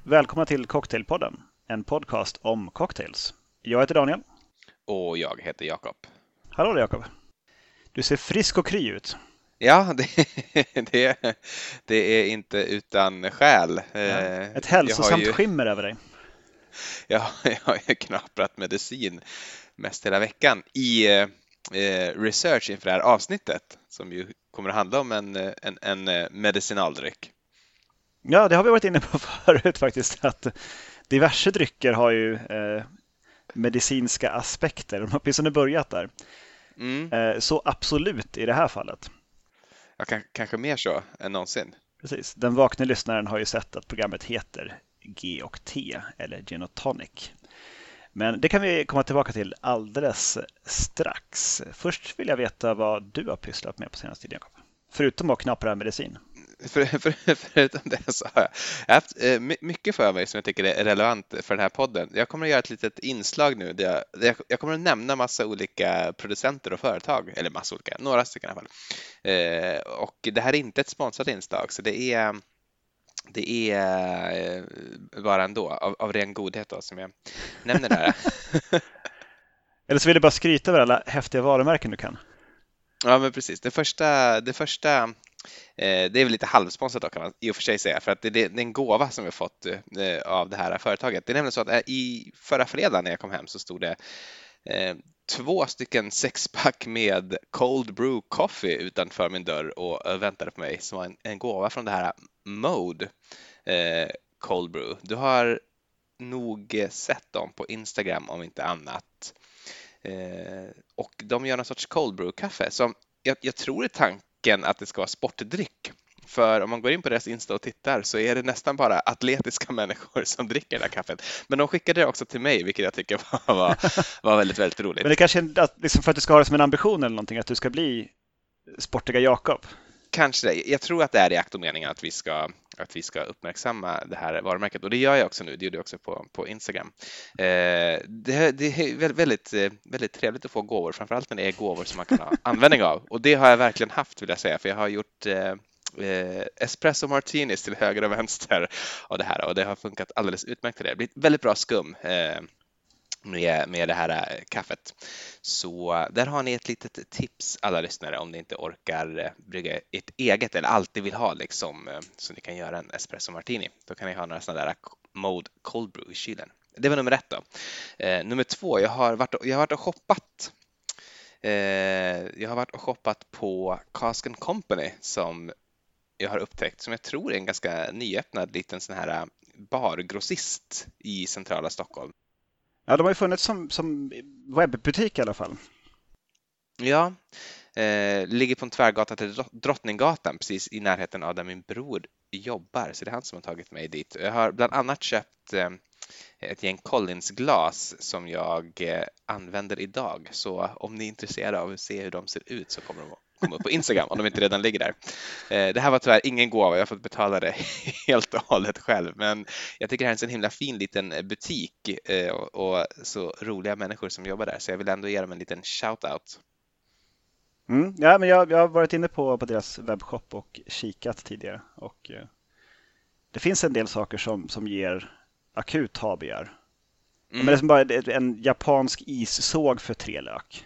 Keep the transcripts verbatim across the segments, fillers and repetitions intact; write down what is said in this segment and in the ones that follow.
Välkomna till Cocktailpodden, en podcast om cocktails. Jag heter Daniel. Och jag heter Jakob. Hallå Jakob. Du ser frisk och kry ut. Ja, det, det, det är inte utan skäl. Ja, ett hälsosamt ju, skimmer över dig. Jag, jag har ju knaprat medicin mest hela veckan i eh, research inför det här avsnittet som ju kommer att handla om en, en, en medicinaldryck. Ja, det har vi varit inne på förut faktiskt. Att diverse drycker har ju eh, medicinska aspekter. De har åtminstone börjat där. Mm. Eh, så absolut i det här fallet. Ja, k- kanske mer så än någonsin. Precis. Den vakna lyssnaren har ju sett att programmet heter G och T eller Gin och Tonic. Men det kan vi komma tillbaka till alldeles strax. Först vill jag veta vad du har pysslat med på senaste tiden, Jakob. Förutom att knapra medicin. För, för, förutom det så har jag, jag har haft eh, mycket för mig som jag tycker är relevant för den här podden. Jag kommer att göra ett litet inslag nu där jag, där jag, jag kommer att nämna massa olika producenter och företag, eller massa olika, några stycken i alla fall. Eh, och det här är inte ett sponsrat inslag, så det är det är eh, bara ändå av, av ren godhet då, som jag nämner det här. Eller så vill du bara skryta över alla häftiga varumärken du kan. Ja, men precis. Det första, det första eh, det är väl lite halvsponsrat då, kan man i och för sig säga, för att det, det är en gåva som vi har fått eh, av det här företaget. Det är nämligen så att eh, i förra fredagen när jag kom hem så stod det eh, två stycken sexpack med cold brew coffee utanför min dörr och eh, väntade på mig, som var en, en gåva från det här Mode eh, cold brew. Du har nog sett dem på Instagram om inte annat. Eh, och de gör någon sorts cold brew kaffe som jag, jag tror är tanken att det ska vara sportdryck. För om man går in på deras Insta och tittar så är det nästan bara atletiska människor som dricker det här kaffet. Men de skickade det också till mig, vilket jag tycker var, var, var väldigt, väldigt roligt. Men det kanske är att, liksom för att du ska ha det som en ambition eller någonting, att du ska bli sportiga Jakob. Kanske det. Jag tror att det är i akt och meningen att vi ska att vi ska uppmärksamma det här varumärket, och det gör jag också nu. Det gjorde jag också på, på Instagram. Eh, det, det är väldigt, väldigt trevligt att få gåvor, framförallt när det är gåvor som man kan ha användning av. Och det har jag verkligen haft, vill jag säga, för jag har gjort eh, eh, espresso martinis till höger och vänster av det här, och det har funkat alldeles utmärkt till det. Det blir väldigt bra skum eh, med, med det här kaffet. Så där har ni ett litet tips, alla lyssnare, om ni inte orkar brygga ett eget eller alltid vill ha liksom, så ni kan göra en espresso martini. Då kan ni ha några sådana där Mode cold brew i kylen. Det var nummer ett då. Eh, nummer två, jag har varit och, jag har varit och shoppat. Eh, jag har varit och shoppat på Cask and Company som jag har upptäckt, som jag tror är en ganska nyöppnad liten sån här bargrossist i centrala Stockholm. Ja, de har ju funnits som, som webbutik i alla fall. Ja, eh, ligger på en tvärgata till Drottninggatan, precis i närheten av där min bror jobbar. Så det är han som har tagit mig dit. Jag har bland annat köpt eh, ett gäng Collins-glas som jag eh, använder idag. Så om ni är intresserade av att se hur de ser ut så kommer de att komma upp på Instagram om de inte redan ligger där. Eh, det här var tyvärr ingen gåva, jag har fått betala det helt och hållet själv. Men jag tycker det här är en så himla fin liten butik eh, och, och så roliga människor som jobbar där. Så jag vill ändå ge dem en liten shout-out. Mm, ja, men jag, jag har varit inne på, på deras webbshop och kikat tidigare. Och eh, det finns en del saker som, som ger akut habegär. Mm. Men det är som bara en japansk issåg för tre lök.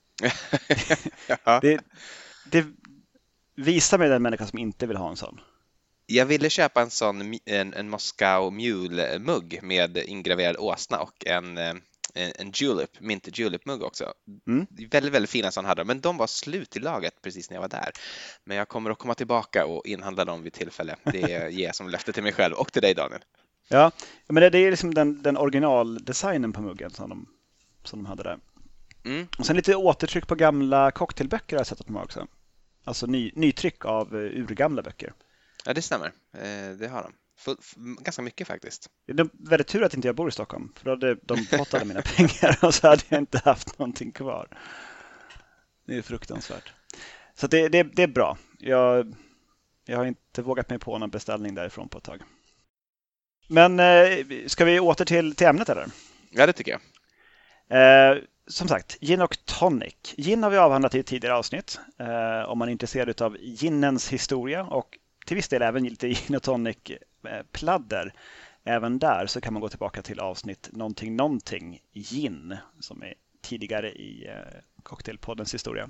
Ja. det, det visar mig den människan som inte vill ha en sån. Jag ville köpa en sån en, en Moscow Mule-mugg med ingraverad åsna och en, en, en julep, mint julep-mugg också. Mm. Väldigt, väldigt fina sådana hade de, men de var slut i laget precis när jag var där. Men jag kommer att komma tillbaka och inhandla dem vid tillfälle. Det ger jag som löfte till mig själv och till dig, Daniel. Ja, men det, det är liksom den, den originaldesignen på muggen som de, som de hade där. Mm. Och sen lite återtryck på gamla cocktailböcker har jag sett på mig också. Alltså ny, nytryck av urgamla böcker. Ja, det stämmer. Det har de. Full, ganska mycket faktiskt. Det är väldigt tur att inte jag bor i Stockholm. För då hade de fått alla mina pengar och så hade jag inte haft någonting kvar. Det är fruktansvärt. Så det, det, det är bra. Jag, jag har inte vågat mig på någon beställning därifrån på ett tag. Men ska vi åter till, till ämnet eller? Ja, det tycker jag. Eh, som sagt, gin och tonic. Gin har vi avhandlat i ett tidigare avsnitt. Eh, om man är intresserad av ginens historia och till viss del även lite gin och tonic-pladder. även där så kan man gå tillbaka till avsnitt någonting någonting gin som är tidigare i eh, Cocktailpoddens historia.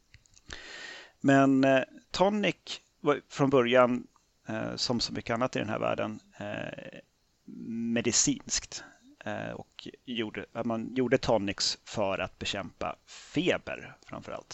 Men eh, tonic var från början, eh, som så mycket annat i den här världen, eh, medicinskt. Eh, och gjorde, man gjorde tonics för att bekämpa feber framförallt.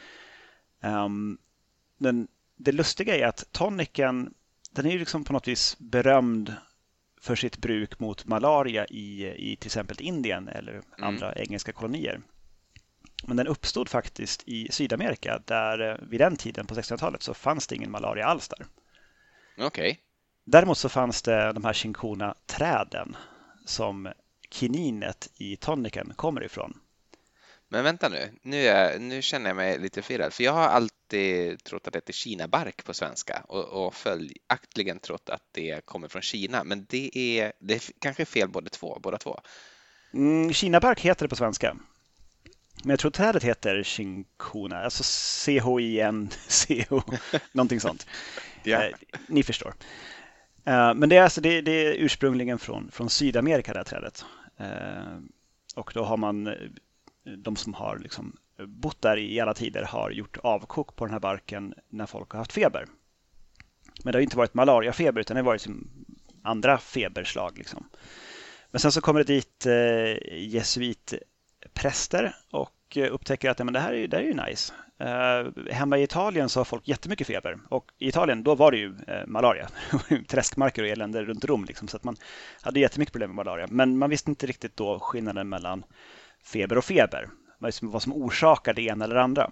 Um, den, det lustiga är att tonicen, den är ju liksom på något vis berömd för sitt bruk mot malaria i, i till exempel Indien eller mm. andra engelska kolonier. Men den uppstod faktiskt i Sydamerika där vid den tiden på sextiotalet så fanns det ingen malaria alls där. Okej. Okay. Däremot så fanns det de här Cinchona-träden som kininet i tonicen kommer ifrån. Men vänta nu, nu, är, nu känner jag mig lite förvirrad. För jag har alltid trott att det heter Kinabark på svenska och, och följaktligen trott att det kommer från Kina. Men det är, det är kanske fel båda två. Båda två. Mm, Kinabark heter det på svenska. Men jag tror trädet heter Cinchona, alltså C H I N C O, någonting sånt. Ja. Eh, ni förstår. Eh, men det är, alltså, det, det är ursprungligen från, från Sydamerika det här trädet. Eh, och då har man, de som har liksom bott där i alla tider har gjort avkok på den här barken när folk har haft feber. Men det har inte varit malariafeber utan det har varit som andra feberslag. Liksom. Men sen så kommer det dit eh, jesuitpräster och upptäcker att ja, men det här är, det här är ju nice. Eh, hemma i Italien så har folk jättemycket feber. Och i Italien då var det ju eh, malaria. Träskmarker och elände runt Rom. Liksom, så att man hade jättemycket problem med malaria. Men man visste inte riktigt då skillnaden mellan feber och feber. Vad som orsakar det ena eller andra.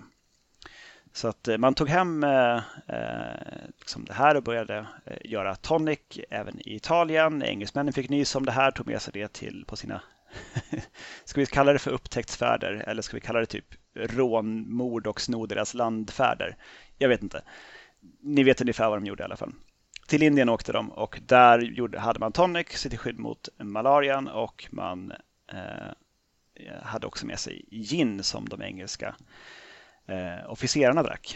Så att man tog hem eh, liksom det här och började eh, göra tonic även i Italien. Engelsmännen fick nys om det här, tog med sig det till på sina, ska vi kalla det för upptäcktsfärder eller ska vi kalla det typ rån, mord och sno deras landfärder? Jag vet inte. Ni vet ungefär vad de gjorde i alla fall. Till Indien åkte de och där gjorde, hade man tonic till skydd mot malarian och man eh, hade också med sig gin som de engelska Eh, officerarna drack.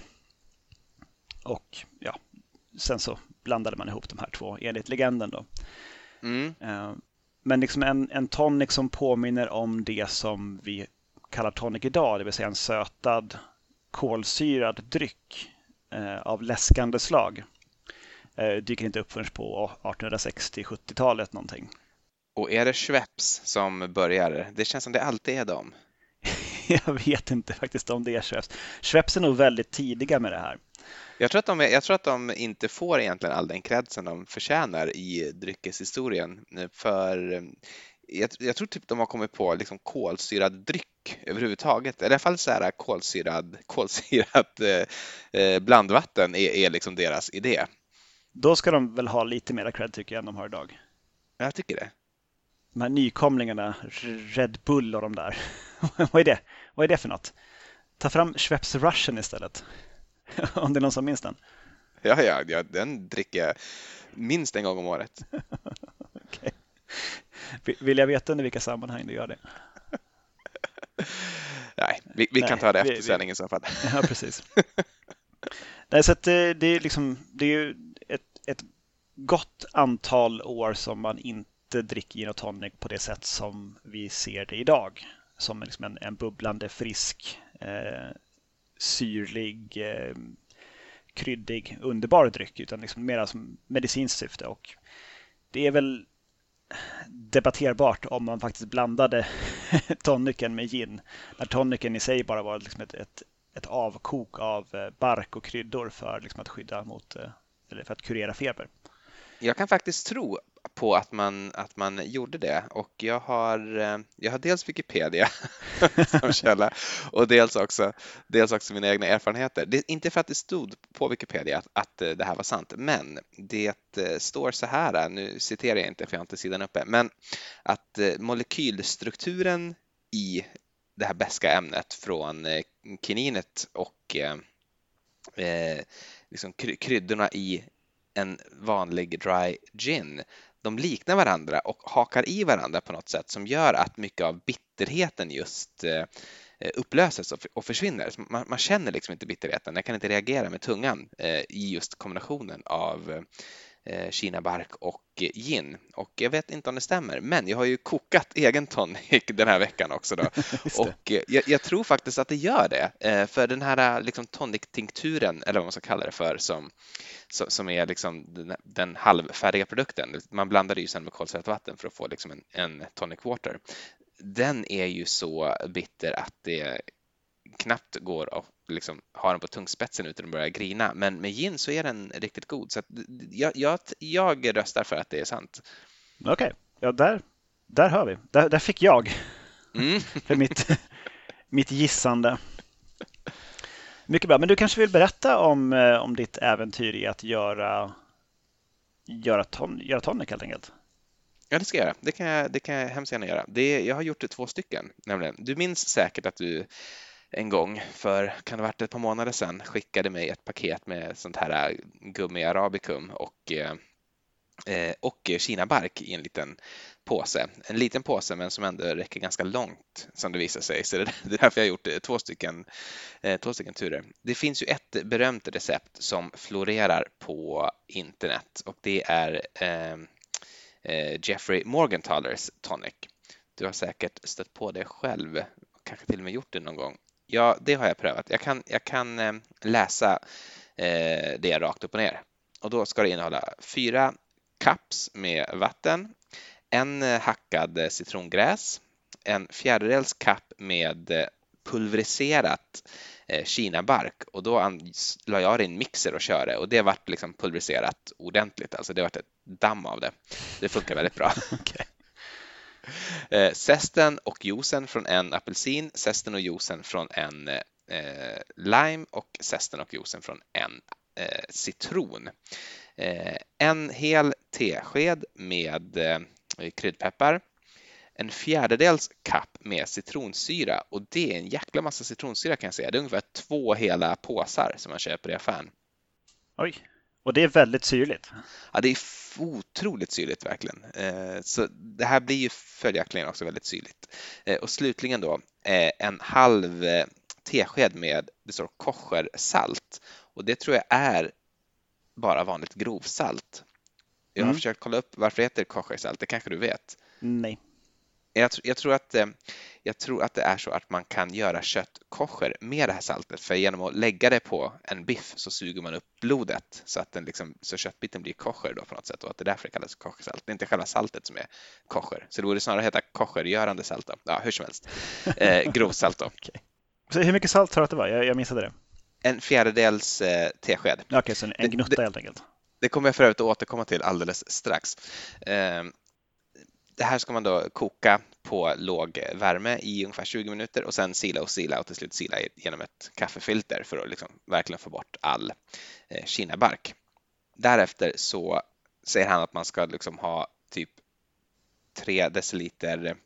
Och ja, sen så blandade man ihop de här två enligt legenden då. Mm. Eh, men liksom en, en tonic som påminner om det som vi kallar tonic idag, det vill säga en sötad kolsyrad dryck eh, av läskande slag. Eh, dyker inte upp förrän på artonhundrasextio-sjuttiotalet någonting. Och är det Schweppes som börjar? Det känns som det alltid är dem. Jag vet inte faktiskt om det är Schweppes. Schweppes är nog väldigt tidiga med det här. Jag tror, att de är, jag tror att de inte får egentligen all den cred som de förtjänar i dryckeshistorien. För jag, jag tror typ de har kommit på liksom kolsyrad dryck överhuvudtaget. I alla fall så här kolsyrad, kolsyrat eh, blandvatten är, är liksom deras idé. Då ska de väl ha lite mer cred tycker jag än de har idag. Jag tycker det. De här nykomlingarna, Red Bull och de där. Vad är det? Vad är det för något? Ta fram Schweppes Russian istället. Om det är någon som minns den. Ja, ja, ja, den dricker jag minst en gång om året. Okay. Vill jag veta under vilka sammanhang du gör det? Nej, vi, vi Nej, kan ta det efter vi, sändningen i så fall. Ja, precis. Nej, så att det, det, är liksom, det är ju ett, ett gott antal år som man inte dricker gin och tonic på det sätt som vi ser det idag. Som liksom en, en bubblande, frisk, eh, syrlig, eh, kryddig, underbar dryck. Utan liksom mer som medicinskt syfte. Och det är väl debatterbart om man faktiskt blandade tonicen med gin. När tonicen i sig bara var liksom ett, ett, ett avkok av bark och kryddor för liksom att skydda mot, eller för att kurera feber. Jag kan faktiskt tro på att man, att man gjorde det och jag har, jag har dels Wikipedia som källa och dels också, dels också mina egna erfarenheter. Det är inte för att det stod på Wikipedia att, att det här var sant, men det står så här, nu citerar jag inte för jag har inte sidan uppe, men att molekylstrukturen i det här beska ämnet från kininet och eh, liksom kryddorna i en vanlig dry gin, de liknar varandra och hakar i varandra på något sätt som gör att mycket av bitterheten just eh, upplöses och, och försvinner. Man, man känner liksom inte bitterheten, jag kan inte reagera med tungan eh, i just kombinationen av eh, kinabark och gin. Och jag vet inte om det stämmer, men jag har ju kokat egen tonic den här veckan också då. Och eh, jag, jag tror faktiskt att det gör det, eh, för den här liksom tonic-tinkturen, eller vad man ska kalla det för, som, som, som är liksom den, den halvfärdiga produkten. Man blandar det ju sen med kolsyrat vatten för att få liksom en, en tonic water. Den är ju så bitter att det knappt går att liksom ha den på tungspetsen utan att börja grina. Men med gin så är den riktigt god. Så att jag, jag, jag röstar för att det är sant. Okej, okay. Ja, där, där hör vi. Där, där fick jag mm. för mitt, mitt gissande. Mycket bra. Men du kanske vill berätta om, om ditt äventyr i att göra, göra, ton, göra tonic helt enkelt. Ja, det ska jag göra. Det kan jag, det kan jag hemskt gärna göra. Det, jag har gjort det två stycken. Nämligen. Du minns säkert att du en gång för, kan det ha varit ett par månader sedan, skickade mig ett paket med sånt här gummi arabicum och, eh, och kinabark i en liten påse. En liten påse, men som ändå räcker ganska långt, som det visar sig. Så det är därför jag har gjort två stycken, eh, två stycken turer. Det finns ju ett berömt recept som florerar på internet och det är eh, Jeffrey Morgenthalers tonic. Du har säkert stött på det själv, kanske till och med gjort det någon gång. Ja, det har jag prövat. Jag kan, jag kan läsa eh, det rakt upp och ner. Och då ska det innehålla fyra cups med vatten, en hackad citrongräs, en fjärdedels kapp med pulveriserat eh, kinabark. Och då la jag det i en mixer och körde. Och det vart liksom pulveriserat ordentligt. Alltså det vart ett damm av det. Det funkar väldigt bra. Okay. Eh, zesten och juicen från en apelsin, zesten och juicen från en eh, lime och zesten och juicen från en eh, citron. Eh, en hel tesked med eh, kryddpeppar, en fjärdedels kapp med citronsyra och det är en jäkla massa citronsyra kan jag säga. Det är ungefär två hela påsar som man köper i affären. Oj. Och det är väldigt syrligt. Ja, det är otroligt syrligt verkligen. Så det här blir ju följaktligen också väldigt syrligt. Och slutligen då en halv tesked med det står kochersalt. Och det tror jag är bara vanligt grovsalt. Jag har mm. försökt kolla upp varför det heter kochersalt. Det kanske du vet. Nej. Jag, jag, tror att, jag tror att det är så att man kan göra kött kosher med det här saltet. För genom att lägga det på en biff så suger man upp blodet så att den liksom, så köttbiten blir kosher då på något sätt. Och att det därför det kallas koshersalt. Det är inte själva saltet som är kosher. Så det borde snarare heta koshergörande salt då. Ja, hur som helst. Eh, grovsalt då. Okay. Så hur mycket salt tror du att det var? Jag, jag missade det. En fjärdedels eh, tesked. Okej, okay, så en gnutta det, helt enkelt. Det kommer jag för övrigt att återkomma till alldeles strax. Eh, Det här ska man då koka på låg värme i ungefär tjugo minuter och sen sila och sila och till slut sila genom ett kaffefilter för att liksom verkligen få bort all eh, kinabark. Därefter så säger han att man ska liksom ha typ tre deciliter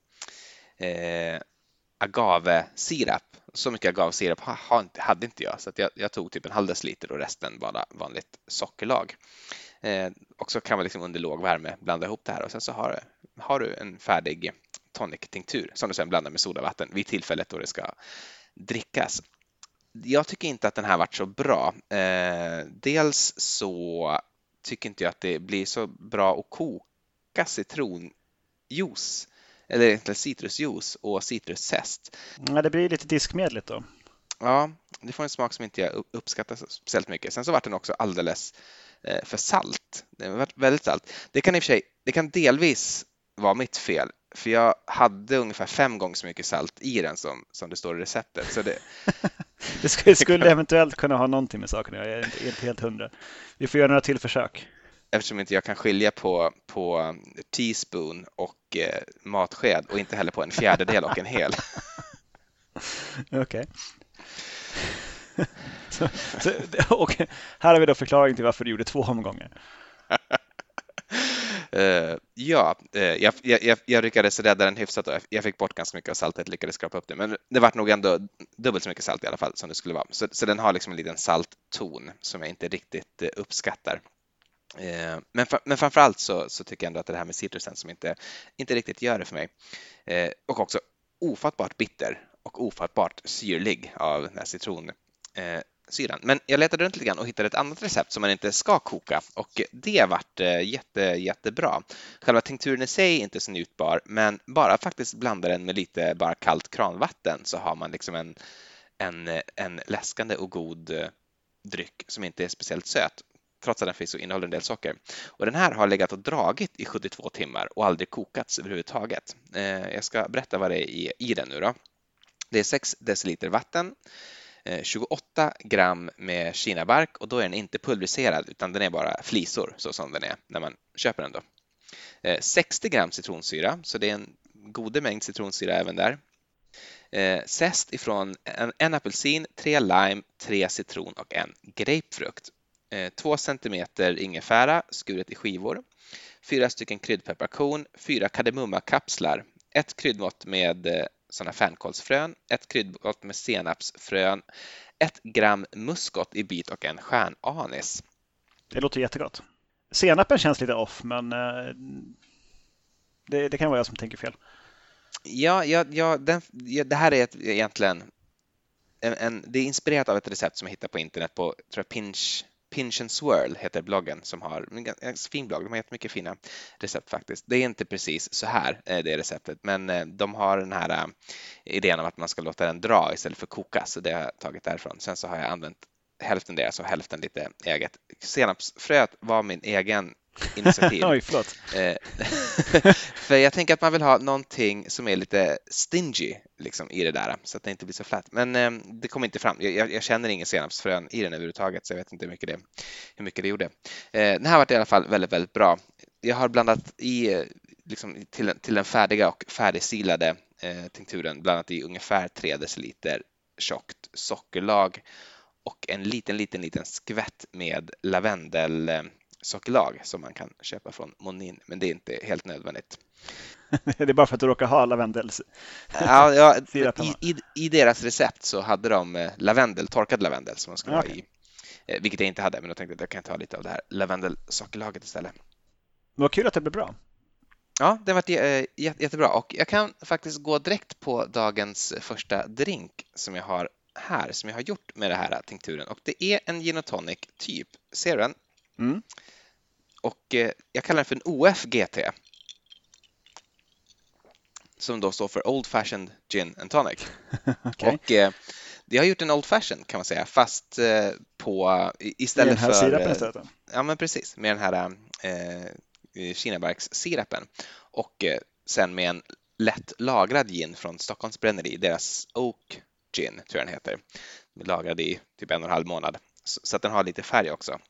eh, agavesirap. Så mycket agavesirap hade inte jag så att jag, jag tog typ en halv deciliter och resten bara vanligt sockerlag. Eh, och så kan man liksom under låg värme blanda ihop det här och sen så har, har du en färdig tonic-tinktur som du sen blandar med sodavatten vid tillfället då det ska drickas. Jag tycker inte att den här varit så bra. Eh, dels så tycker inte jag att det blir så bra att koka citronjuice eller egentligen citrusjuice och citruszest. Ja, det blir lite diskmedligt då. Ja, det får en smak som inte jag uppskattar speciellt mycket. Sen så var den också alldeles för salt. Det var väldigt salt. Det kan i och för sig, det kan delvis vara mitt fel. För jag hade ungefär fem gånger så mycket salt i den som, som det står i receptet. Så det... det skulle, skulle eventuellt kunna ha någonting med saken. Jag är inte, inte helt hundra. Vi får göra några till försök. Eftersom inte jag kan skilja på, på teaspoon och eh, matsked och inte heller på en fjärdedel och en hel. Okej. Okay. Så, så, och här har vi då förklaring till varför du gjorde två omgångar. uh, ja, uh, jag, jag, jag lyckades rädda den hyfsat. Då. Jag fick bort ganska mycket av saltet, lyckades skrapa upp det. Men det var nog ändå dubbelt så mycket salt i alla fall som det skulle vara. Så, så den har liksom en liten saltton som jag inte riktigt uh, uppskattar. Uh, men, men framförallt så, så tycker jag ändå att det här med citrusen som inte, inte riktigt gör det för mig. Uh, och också ofattbart bitter och ofattbart syrlig av den här citron. syran. Men jag letade runt lite grann och hittade ett annat recept som man inte ska koka och det vart jätte, jättebra. Själva tinkturen i sig är inte så njutbar, men bara faktiskt blanda den med lite bara kallt kranvatten så har man liksom en, en, en läskande och god dryck som inte är speciellt söt, trots att den finns och innehåller en del socker. Och den här har legat och dragit i sjuttiotvå timmar och aldrig kokats överhuvudtaget. Jag ska berätta vad det är i, i den nu då. Det är sex deciliter vatten, tjugoåtta gram med kinabark och då är den inte pulveriserad utan den är bara flisor så som den är när man köper den då. sextio gram citronsyra, så det är en god mängd citronsyra även där. Zest ifrån en, en apelsin, tre lime, tre citron och en grapefrukt. två centimeter ingefära skuret i skivor, fyra stycken kryddpepparkorn, fyra kardemummakapslar, ett kryddmått med sådana fänkålsfrön, ett kryddmått med senapsfrön, ett gram muskot i bit och en stjärnanis. Det låter jättegott. Senapen känns lite off, men det, det kan vara jag som tänker fel. Ja, ja, ja, den, ja det här är ett, egentligen en, en, det är inspirerat av ett recept som jag hittade på internet på tror jag, Pinch Pinch and Swirl heter bloggen som har en ganska fin blogg. De har jättemycket fina recept faktiskt. Det är inte precis så här det receptet, men de har den här idén om att man ska låta den dra istället för koka, så det har jag tagit därifrån. Sen så har jag använt hälften deras och hälften lite eget. Senapsfröet var min egen initiativ. Oj, förlåt. För jag tänker att man vill ha någonting som är lite stingy liksom, i det där, så att det inte blir så flat. Men eh, det kommer inte fram. Jag, jag känner ingen senapsfrön i den överhuvudtaget, så jag vet inte hur mycket det, hur mycket det gjorde. Eh, den här var i alla fall väldigt, väldigt bra. Jag har blandat i liksom, till, till den färdiga och färdigsilade eh, tinkturen, blandat i ungefär tre deciliter tjockt sockerlag och en liten, liten, liten skvätt med lavendel eh, sockerlag som man kan köpa från Monin, men det är inte helt nödvändigt. Det är bara för att du råkar ha lavendel. Ja, ja, i, i, I deras recept så hade de lavendel, torkad lavendel som man skulle okay. ha i, vilket jag inte hade, men då tänkte jag att jag kan ta lite av det här lavendelsockerlaget istället. Vad kul att det blev bra. Ja, det har varit jättebra och jag kan faktiskt gå direkt på dagens första drink som jag har här, som jag har gjort med den här tinkturen, och det är en gin och tonic typ. Ser du den? Mm. Och eh, jag kallar den för en O F G T. Som då står för Old Fashioned Gin and Tonic. Okay. Och eh, jag har gjort en Old Fashioned kan man säga, fast eh, på istället den här för sirapen istället. Ja, men precis, med den här eh, kinabarkssirapen och eh, sen med en lätt lagrad gin från Stockholms bränneri, deras Oak Gin tror jag den heter. Lagrad i typ en och en halv månad. Så, så att den har lite färg också.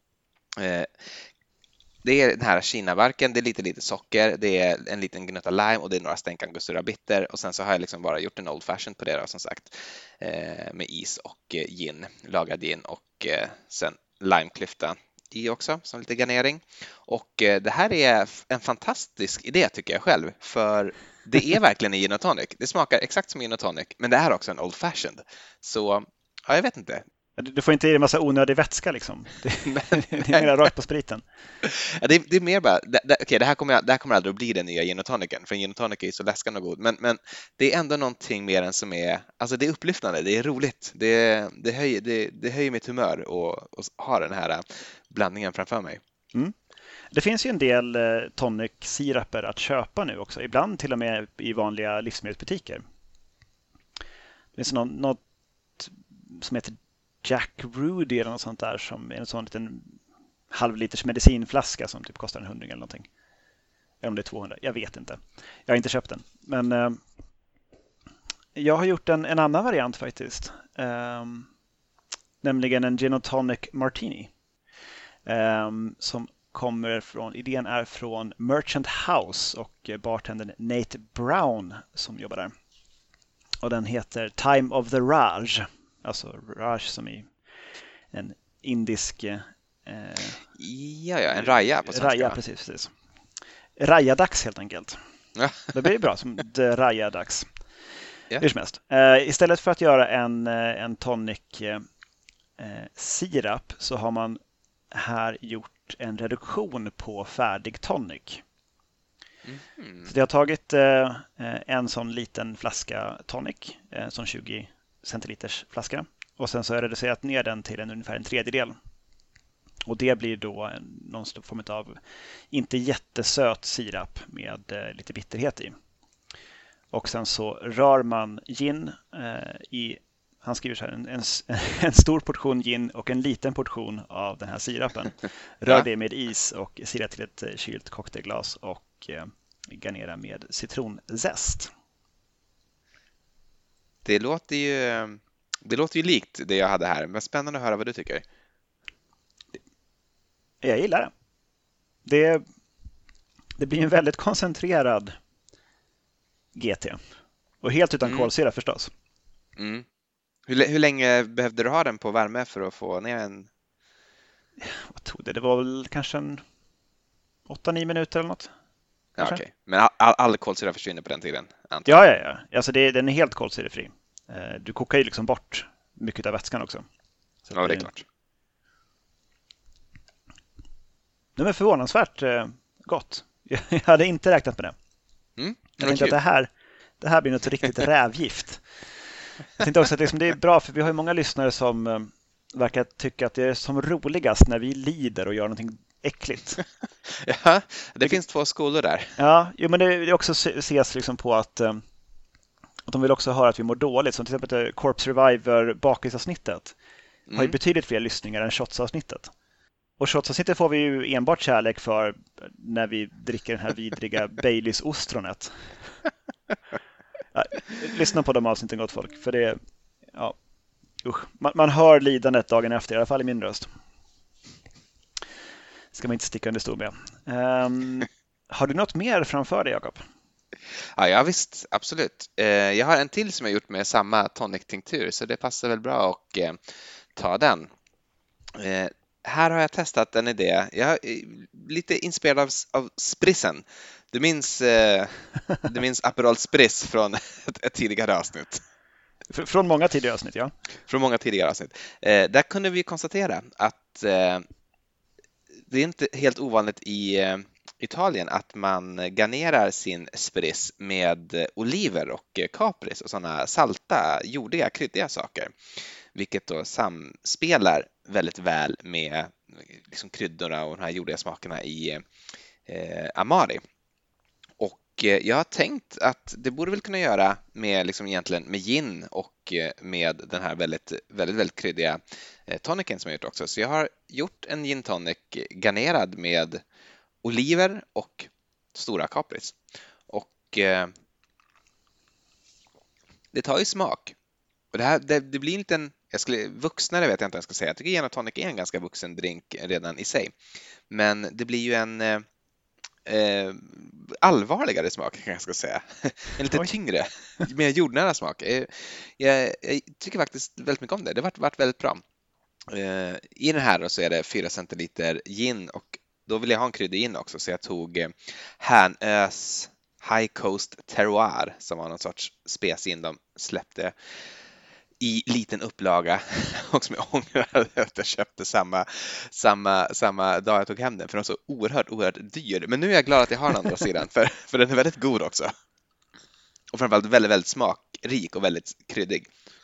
Det är den här kinabarken, det är lite lite socker, det är en liten gnutta lime och det är några stänk angostura bitter, och sen så har jag liksom bara gjort en old fashioned på det då, som sagt, med is och gin, lagrad gin och sen limeklyfta i också som lite garnering. Och det här är en fantastisk idé tycker jag själv, för det är verkligen en gin och tonic. Det smakar exakt som gin och tonic, men det är också en old fashioned. Så ja, jag vet inte. Du får inte i en massa onödig vätska liksom. Det, det är mer rakt på spriten. Ja, det, är, det är mer bara, det, det, okay, det, här kommer, det här kommer aldrig att bli den nya gin och tonicen, för en gin och tonic är så läskande och god. Men, men det är ändå någonting mer än som är, alltså det är upplyftande, det är roligt. Det, det, höjer, det, det höjer mitt humör och, och ha den här blandningen framför mig. Mm. Det finns ju en del tonic-siraper att köpa nu också, ibland till och med i vanliga livsmedelsbutiker. Det finns något, något som heter Jack Rudy eller något sånt där, som är en sån liten halvliters medicinflaska som typ kostar en hundring eller någonting. Eller om det är tvåhundra, jag vet inte. Jag har inte köpt den. Men eh, jag har gjort en, en annan variant faktiskt. Eh, nämligen en gin och tonic martini. Eh, som kommer från, idén är från Merchant House och bartendern Nate Brown som jobbar där. Och den heter Time of the Raj. Alltså Raj som i en indisk... Eh, ja, ja, en raja på svenska. Raja, precis. precis. Raja-dags helt enkelt. Ja. Det blir bra som Raja-dags. Ja. Hur som helst. Eh, istället för att göra en, en tonic eh, sirap så har man här gjort en reduktion på färdig tonic. Mm. Så jag har tagit eh, en sån liten flaska tonic, en sån tjugo centiliters flaska, och sen så har jag reducerat ner den till en, ungefär en tredjedel. Och det blir då en, någon form av inte jättesöt sirap med eh, lite bitterhet i. Och sen så rör man gin eh, i, han skriver så här, en, en, en stor portion gin och en liten portion av den här sirapen. Rör ja. det med is och sirar till ett kylt cocktailglas och eh, garnera med citronzest. Det låter ju, det låter ju likt det jag hade här, men spännande att höra vad du tycker. Jag gillar det. Det, det blir en väldigt koncentrerad G T. Och helt utan mm. kolsyra förstås. Mm. Hur, hur länge behövde du ha den på värme för att få ner en? Vad tog det? Det var väl kanske en åtta nio minuter eller något. Ja, okej. Okay. Men all, all kolsyra försvinner på den tiden? Antar. Ja, ja, ja. Alltså det, den är helt kolsyrefri. Du kokar ju liksom bort mycket av vätskan också. Så ja, det är klart. Det är förvånansvärt gott. Jag hade inte räknat med det. Mm, jag tänkte att det här, det här blir något riktigt rävgift. Jag tänkte också att liksom det är bra, för vi har ju många lyssnare som verkar tycka att det är som roligast när vi lider och gör någonting äckligt. Ja, det finns två skolor där. Ja, jo, men det också ses liksom på att, att de vill också höra att vi mår dåligt. Som till exempel Corpse Reviver bakisavsnittet mm. har ju betydligt fler lyssningar än shotsavsnittet. Och shotsavsnittet får vi ju enbart kärlek för när vi dricker den här vidriga Baileys-ostronet. Ja, lyssna på de avsnitten, gott folk. För det, ja, usch. Man, man hör lidandet dagen efter, i alla fall i min röst. Ska man inte sticka under stol med. Um, har du något mer framför dig, Jakob? Ja, ja, visst, absolut. Uh, jag har en till som jag gjort med samma tonic-tinktur, så det passar väl bra att uh, ta den. Uh, här har jag testat en idé. Jag är lite inspirerad av, av sprissen. Du minns, uh, du minns Aperol Spritz från ett, ett tidigare avsnitt. Från många tidigare avsnitt, ja. Från många tidigare avsnitt. Uh, där kunde vi konstatera att uh, det är inte helt ovanligt i uh, Italien att man garnerar sin spritz med oliver och kapris och sådana salta, jordiga, kryddiga saker. Vilket då samspelar väldigt väl med liksom kryddorna och de här jordiga smakerna i eh, Amari. Och eh, jag har tänkt att det borde väl kunna göra med liksom egentligen med gin och eh, med den här väldigt, väldigt, väldigt kryddiga eh, tonicen som jag gjort också. Så jag har gjort en gin tonic garnerad med oliver och stora kapris. Och eh, det tar ju smak. Och det, här, det, det blir en liten, jag skulle, vuxnare vet jag inte vad jag ska säga. Jag tycker gin och tonic är en ganska vuxen drink redan i sig. Men det blir ju en eh, allvarligare smak, kan jag ska säga. En lite tyngre, mer jordnära smak. Jag, jag, jag tycker faktiskt väldigt mycket om det. Det har varit, varit väldigt bra. Eh, I den här då så är det fyra centiliter gin och då vill jag ha en kryddig gin också. Så jag tog eh, Hänös High Coast Terroir som var någon sorts spesgin de släppte i liten upplaga och som jag ångrar att jag köpte samma, samma, samma dag jag tog hem den för den var så oerhört, oerhört dyr. Men nu är jag glad att jag har den andra sidan för, för den är väldigt god också. Och framförallt väldigt, väldigt smakrik och väldigt kryddig.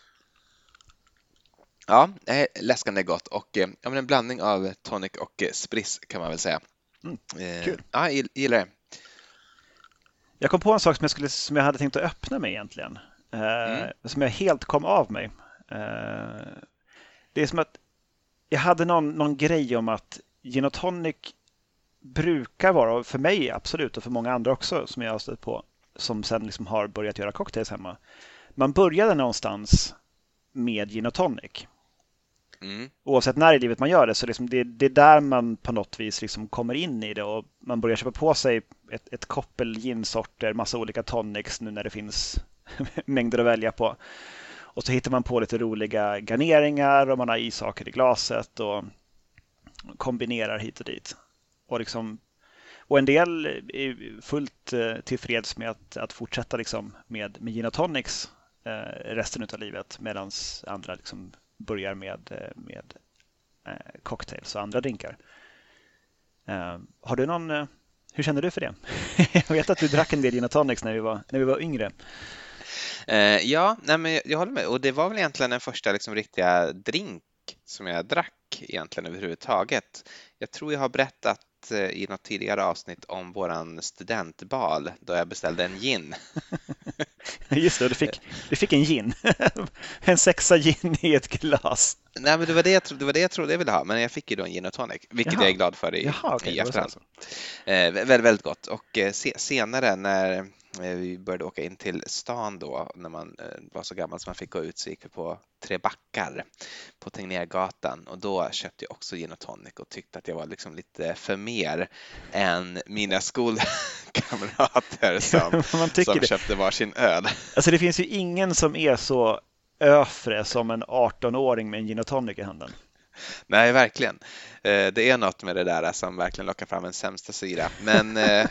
Ja, läskande gott och ja, men en blandning av tonic och spritz kan man väl säga. Mm, kul. Ja, jag gillar det. Jag kom på en sak som jag, skulle, som jag hade tänkt att öppna med egentligen. Mm. Som jag helt kom av mig. Det är som att jag hade någon, någon grej om att gin och tonic brukar vara, för mig absolut och för många andra också som jag har stött på, som sen liksom har börjat göra cocktails hemma. Man började någonstans med gin och tonic. Mm. Oavsett när i livet man gör det, så liksom det, det är där man på något vis liksom kommer in i det och man börjar köpa på sig ett, ett koppel ginsorter, massa olika tonics nu när det finns mängder att välja på. Och så hittar man på lite roliga garneringar och man har i saker i glaset och kombinerar hit och dit. Och, liksom, och en del är fullt tillfreds med att, att fortsätta liksom med, med gin och tonics eh, resten av livet, medan andra liksom börjar med, med eh, cocktails och andra drinkar. Eh, har du någon... Eh, hur känner du för det? Jag vet att du drack en del gin och tonics när vi var, när vi var yngre. Eh, ja, nej, men jag, jag håller med. Och det var väl egentligen den första liksom, riktiga drink som jag drack egentligen överhuvudtaget. Jag tror jag har berättat eh, i något tidigare avsnitt om våran studentbal då jag beställde en gin. Just det, du fick, du fick en gin. En sexa gin i ett glas. Nej, men det var det, jag, tro- det var det jag trodde jag ville ha, men jag fick ju då en gin och tonic, vilket Jaha. jag är glad för i, Jaha, okej, i det var så efterhand. alltså. Eh, väldigt, väldigt gott. Och eh, se, senare när eh, vi började åka in till stan då, när man eh, var så gammal som man fick gå ut, så gick vi på Tre Backar på Tegnérgatan, och då köpte jag också gin och tonic och tyckte att jag var liksom lite för mer än mina skolkamrater som, Man tycker som det. köpte varsin öl. Alltså det finns ju ingen som är så öfre som en arton-åring med en gin och tonic i handen. Nej, verkligen. Eh, Det är något med det där som verkligen lockar fram en sämsta sida. Men eh,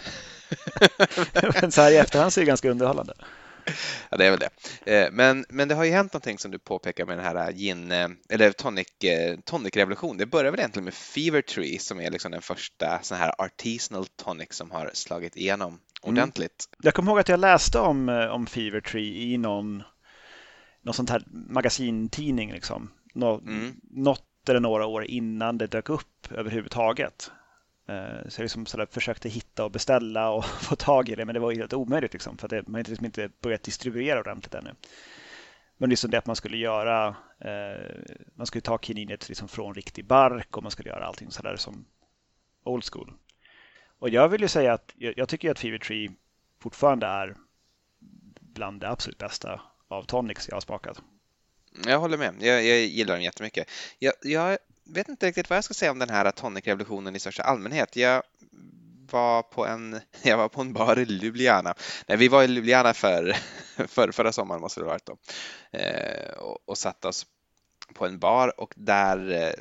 Men så här i efterhand så är det ganska underhållande. ja, det är väl det. Eh, Men, men det har ju hänt någonting som du påpekar med den här gin, eh, eller tonic, eh, tonic-revolution. Det börjar väl egentligen med Fever Tree som är liksom den första sån här artisanal tonic som har slagit igenom ordentligt. Jag kommer ihåg att jag läste om, eh, om Fever Tree i någon, någon sånt här magasintidning liksom. Nå, Mm. Något eller några år innan det dök upp överhuvudtaget. Eh, Så jag liksom sådär försökte hitta och beställa och få tag i det, men det var ju helt omöjligt liksom, för att det, man hade liksom inte börjat distribuera ordentligt ännu. Men det är så det att man skulle göra, eh, man skulle ta kininet liksom från riktig bark och man skulle göra allting sådär som old school. Och jag vill ju säga att jag, jag tycker att Fever Tree fortfarande är bland det absolut bästa av tonics jag har smakat. Jag håller med. Jag, jag gillar den jättemycket. Jag, jag vet inte riktigt vad jag ska säga om den här tonic-revolutionen i största allmänhet. Jag var på en, jag var på en bar i Ljubljana. Nej, vi var i Ljubljana för, för förra sommaren måste det ha varit då. Eh, och, och satt oss på en bar, och där eh,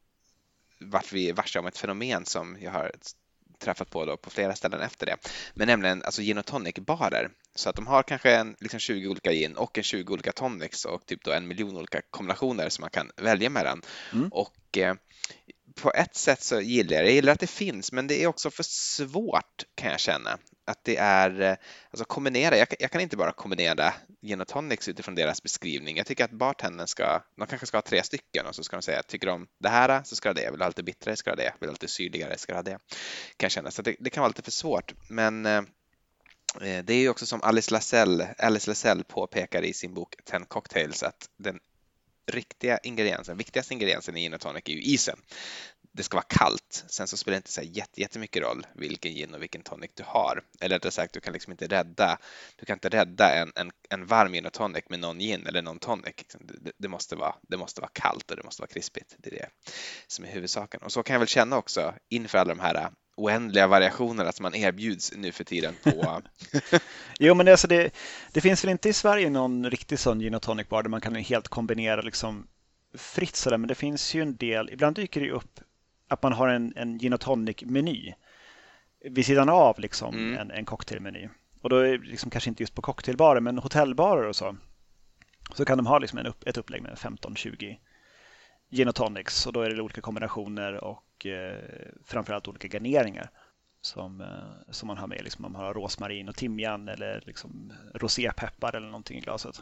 vart vi varse om ett fenomen som jag har träffat på då på flera ställen efter det. Men nämligen alltså gin och tonic-barer. Så att de har kanske en, liksom tjugo olika gin och en tjugo olika tonics och typ då en miljon olika kombinationer som man kan välja mellan. Mm. Och eh, på ett sätt så gillar jag det. Jag gillar att det finns, men det är också för svårt kan jag känna. Att det är, eh, alltså kombinera, jag, jag kan inte bara kombinera gin och tonics utifrån deras beskrivning. Jag tycker att bartendern ska, de kanske ska ha tre stycken och så ska de säga, tycker de det här så ska det, vill ha lite bittrare ska det, vill ha lite syrligare ska det. Kan jag känna, så det, det kan vara lite för svårt. Men eh, det är ju också som Alice Lascelles, Alice Lascelles påpekar i sin bok Ten Cocktails att den riktiga ingrediensen, viktigaste ingrediensen i gin och tonic är ju isen. Det ska vara kallt. Sen så spelar det inte så jätte, jättemycket roll vilken gin och vilken tonic du har. Eller rättare sagt, du kan liksom inte rädda, du kan inte rädda en, en, en varm gin och tonic med någon gin eller någon tonic. Det, det, måste vara, det måste vara kallt och det måste vara krispigt. Det är det som är huvudsaken. Och så kan jag väl känna också inför alla de här oändliga variationerna som man erbjuds nu för tiden på. Jo, men det, alltså det, det finns väl inte i Sverige någon riktig sån gin och tonic bar där man kan helt kombinera liksom fritt sådär, men det finns ju en del, ibland dyker det upp att man har en, en gin och tonic-meny vid sidan av liksom Mm. en, en cocktailmeny. Och då är det liksom kanske inte just på cocktailbarer, men hotellbarer och så. Så kan de ha liksom en upp, ett upplägg med femton tjugo gin och tonics, och då är det olika kombinationer och eh, framförallt olika garneringar som, eh, som man har med. Liksom, man har rosmarin och timjan eller liksom rosépeppar eller någonting i glaset.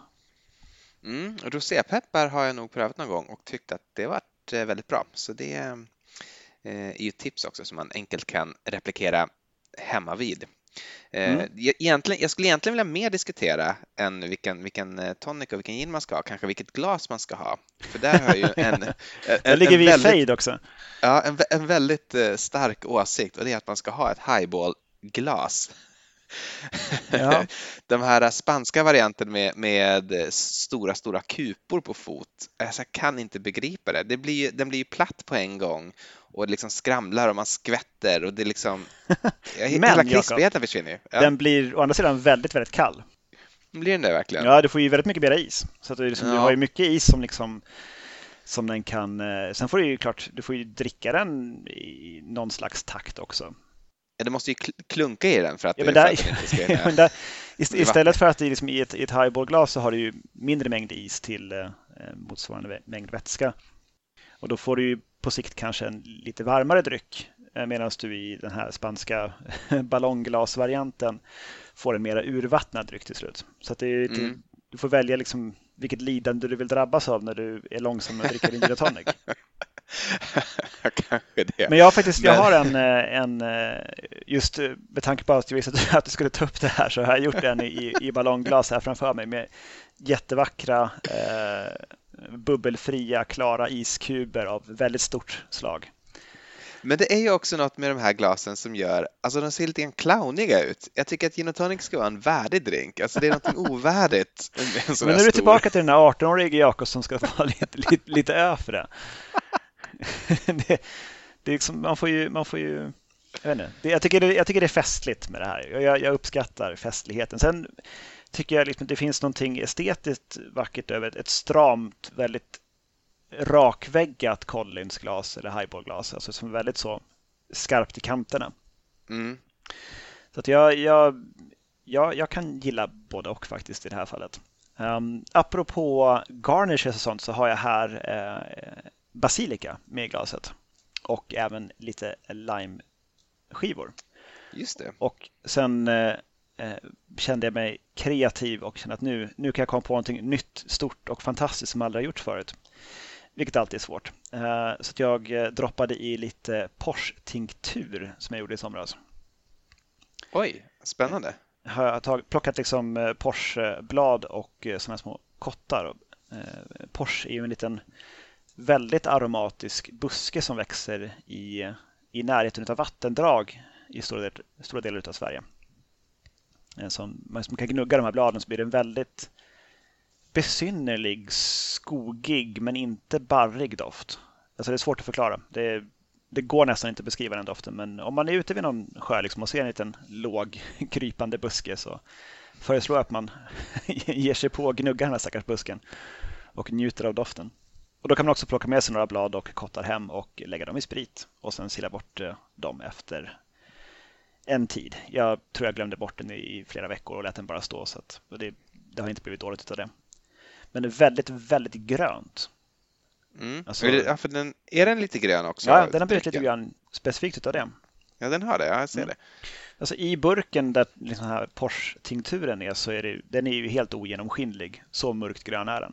Mm, rosépeppar har jag nog prövat någon gång och tyckt att det varit eh, väldigt bra. Så det eh, är ju ett tips också som man enkelt kan replikera hemma vid. Eh, Mm. egentligen, jag skulle egentligen vilja mer diskutera än vilken, vilken eh, tonic och vilken gin man ska ha, kanske vilket glas man ska ha. För där har jag ju en, en, Där ligger en vi i väldigt, fade också. ja, en, vä- en väldigt eh, stark åsikt, och det är att man ska ha ett highball-glas. Ja. De här spanska varianten med, med stora, stora kupor på fot. Alltså, jag kan inte begripa det. det blir, den blir ju platt på en gång och det liksom skramlar och man skvätter och det liksom... Men, hela Jakob, krispigheten försvinner ju. Ja, den blir å andra sidan väldigt, väldigt kall. blir den det verkligen? Ja, du får ju väldigt mycket mera is. Så att det är liksom, Ja. du har ju mycket is som liksom som den kan... eh, Sen får du ju klart, du får ju dricka den i någon slags takt också. Ja, det måste ju kl- klunka i den för att, Ja, det, men för där, att den inte ska... ja, men där, ist- bli istället för att det är liksom i ett, i ett highballglas så har du ju mindre mängd is till eh, motsvarande vä- mängd vätska. Och då får du ju på sikt kanske en lite varmare dryck, eh, medan du i den här spanska ballongglasvarianten får en mera urvattnad dryck till slut. Så att det är lite, Mm. du får välja liksom vilket lidande du vill drabbas av när du är långsam och dricker din gin och tonic. Kanske det. Men jag har faktiskt, jag har en, en just med tanke på att jag visste att du skulle ta upp det här, så har jag gjort en i, i ballongglas här framför mig med jättevackra eh, bubbelfria, klara iskuber av väldigt stort slag. Men det är ju också något med de här glasen som gör, alltså de ser lite grann clowniga ut. Jag tycker att gin och tonic ska vara en värdig drink. Alltså det är något ovärdigt. En sån Men nu är du stor... tillbaka till den här arton-årige Jakob som ska vara lite, lite, lite öfre. det, det är liksom, man får ju, man får ju jag vet inte, det, jag, tycker det, jag tycker det är festligt med det här. Jag, jag uppskattar festligheten. Sen tycker jag liksom, det finns någonting estetiskt vackert över ett, ett stramt, väldigt rakväggat Collinsglas eller highballglas, alltså som är väldigt så skarpt i kanterna. Mm. Så att jag, jag, jag, jag kan gilla både och faktiskt i det här fallet. Um, apropå garnishes och sånt så har jag här eh, basilika med i glaset och även lite lime-skivor. Just det. Och sen eh, kände jag mig kreativ och kände att nu, nu kan jag komma på någonting nytt, stort och fantastiskt som jag aldrig har gjort förut. Vilket alltid är svårt. Eh, så att jag eh, droppade i lite Porsche-tinktur som jag gjorde i somras. Oj, spännande. Har jag tag, plockat liksom Porsche-blad och såna små kottar. Eh, Porsche är ju en liten väldigt aromatisk buske som växer i, i närheten av vattendrag i stora, del, stora delar av Sverige. Eh, som, man kan gnugga de här bladen så blir det en väldigt besynnerlig, skogig men inte barrig doft. Alltså det är svårt att förklara. Det, det går nästan inte att beskriva den doften, men om man är ute vid någon sjö liksom och ser en liten låg krypande buske så föreslår jag att man ger sig på och gnuggar den här stackars busken och njuter av doften. Och då kan man också plocka med sig några blad och kottar hem och lägga dem i sprit och sen sila bort dem efter en tid. Jag tror jag glömde bort den i flera veckor och lät den bara stå, så att det, det har inte blivit dåligt av det. Men det är väldigt, väldigt grönt. Mm. Alltså, är, det, ja, för den, är den lite grön också? Ja, den har blivit lite grann specifikt av det. Ja, den har det. Ja, jag ser mm. det. Alltså, i burken där liksom här Porsche-tinkturen är så är det, den är ju helt ogenomskinlig. Så mörkt grön är den.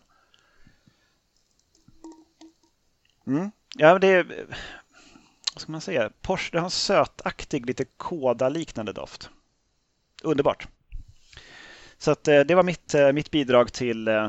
Mm. Ja, det är... Vad ska man säga? Porsche, det har en sötaktig, lite koda-liknande doft. Underbart. Så att, det var mitt, mitt bidrag till eh,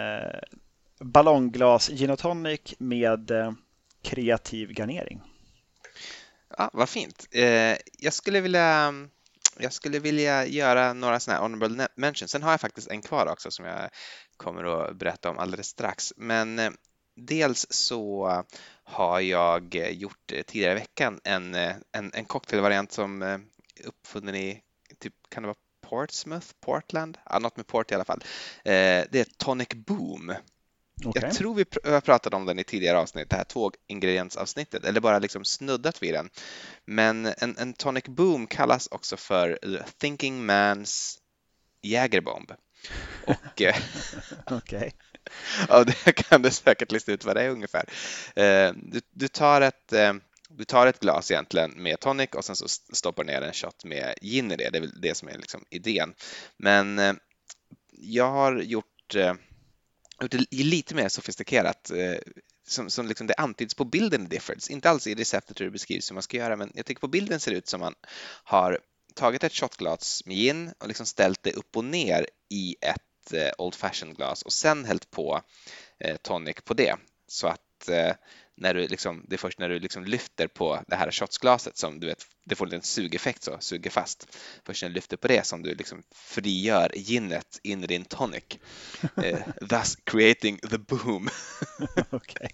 ballongglas gin och tonic med eh, kreativ garnering. Ja, vad fint. Eh, jag skulle vilja jag skulle vilja göra några såna här honorable mentions. Sen har jag faktiskt en kvar också som jag kommer att berätta om alldeles strax. Men eh, dels så har jag gjort tidigare i veckan en, en, en cocktailvariant som är uppfunnen i typ, kan det vara Portsmouth, Portland? Ja, något med port i alla fall. Eh, det är Tonic Boom. Okay. Jag tror vi pr- har pratat om den i tidigare avsnitt, det här två ingrediensavsnittet, eller bara liksom snuddat vid den. Men en, en Tonic Boom kallas också för Thinking Man's Jägerbomb. Och okay. Ja, det kan du säkert lista ut vad det är ungefär. Eh, du, du tar ett eh, Du tar ett glas egentligen med tonic och sen så stoppar ner en shot med gin i det. Det är väl det som är liksom idén. Men eh, jag har gjort, eh, gjort det lite mer sofistikerat. Eh, som, som liksom det antyds på bilden i Diffords. Inte alls i receptet hur det beskrivs hur man ska göra. Men jag tycker på bilden ser det ut som man har tagit ett shotglas med gin och liksom ställt det upp och ner i ett eh, old fashion glas. Och sen hällt på eh, tonic på det. Så att eh, när du liksom, det är först när du liksom lyfter på det här shotsglaset som du vet, det får en sugeffekt så, suger fast. Först när du lyfter på det som du liksom frigör ginet in i din tonic. eh, thus creating the boom. Okay.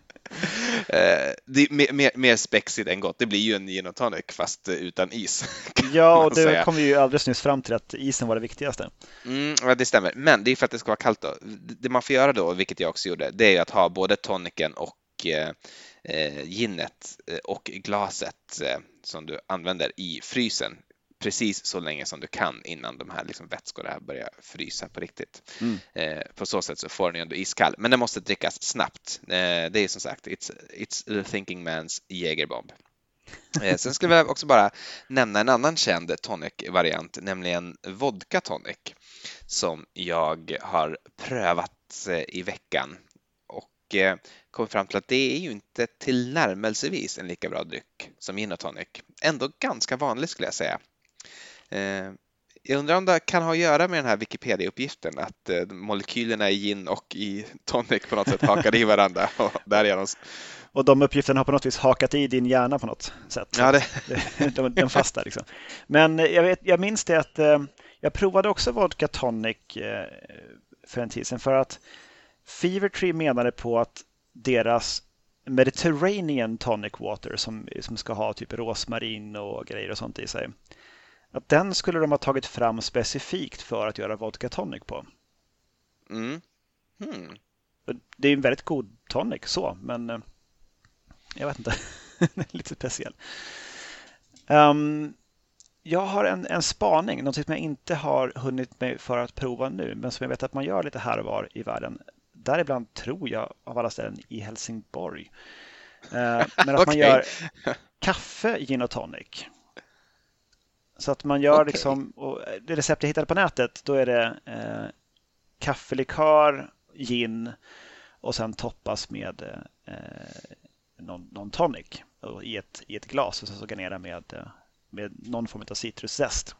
eh, det är mer, mer, mer spexigt än gott. Det blir ju en gin och tonic fast utan is. Ja, och det kom vi ju alldeles nyss fram till att isen var det viktigaste. Mm, ja, det stämmer. Men det är för att det ska vara kallt då. Det man får göra då, vilket jag också gjorde, det är att ha både tonicen och eh, ginet och glaset eh, som du använder i frysen precis så länge som du kan innan de här liksom vätskorna börjar frysa på riktigt. Mm. Eh, på så sätt så får den ju ändå iskall. Men det måste drickas snabbt. Eh, det är som sagt, it's, it's the thinking man's Jägerbomb. Eh, sen skulle jag också bara nämna en annan känd tonic-variant, nämligen vodka tonic, som jag har prövat eh, i veckan och eh, kom fram till att det är ju inte tillnärmelsevis en lika bra dryck som gin och tonic. Ändå ganska vanlig skulle jag säga. Eh, jag undrar om det kan ha att göra med den här Wikipedia-uppgiften att eh, molekylerna i gin och i tonic på något sätt hakar i varandra och därigenom. Och de uppgifterna har på något vis hakat i din hjärna på något sätt. Ja, det... de, de fasta liksom. Men jag, vet, jag minns det att eh, jag provade också vodka tonic eh, för en tid sedan för att Fevertree menade på att deras Mediterranean tonic water som, som ska ha typ rosmarin och grejer och sånt i sig, att den skulle de ha tagit fram specifikt för att göra vodka tonic på. Mm. Hmm. Det är en väldigt god tonic så, men eh, jag vet inte, lite speciell. Um, jag har en, en spaning, något som jag inte har hunnit med för att prova nu, men som jag vet att man gör lite här och var i världen. Däribland tror jag av alla ställen i Helsingborg. Uh, men att okay. man gör kaffe, gin och tonic. Så att man gör okay. liksom, och det recept jag hittade på nätet, då är det uh, kaffelikör, gin och sen toppas med uh, Någon, någon tonic i ett, i ett glas och sen så garnera med, med någon form av citruszest.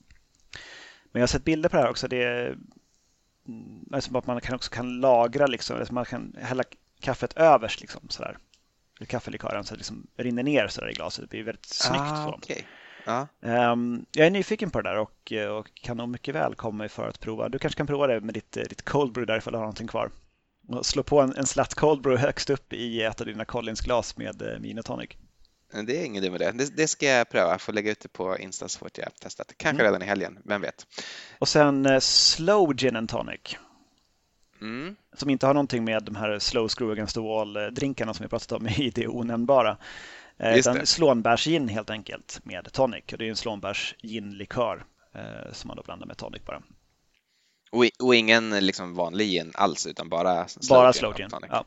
Men jag har sett bilder på det här också. Det är som att man kan också kan lagra liksom, man kan hälla kaffet överst liksom sådär. Kaffelikören så det liksom rinner ner sådär i glaset. Det blir väldigt snyggt. Ah, så. okay. ah. Um, jag är nyfiken på det där och, och kan nog mycket väl komma mig för att prova. Du kanske kan prova det med ditt, ditt cold brew där ifall du har någonting kvar. Och slå på en, en slatt cold brew högst upp i ett av dina Collins-glas med eh, gin och tonic. Det är ingen dum idé. Det, det ska jag pröva. Jag får lägga ut det på Insta så fort jag testat. Kanske mm. redan i helgen, vem vet. Och sen eh, slow gin and tonic. Mm. Som inte har någonting med de här slow screw against the wall-drinkarna som vi pratat om i det onämnbara. Eh, utan slånbärsgin helt enkelt med tonic. Och det är en slånbärs-gin-likör eh, som man då blandar med tonic bara. Och, och ingen liksom vanlig gin alls utan bara slow bara gin. Slow gin. Ja.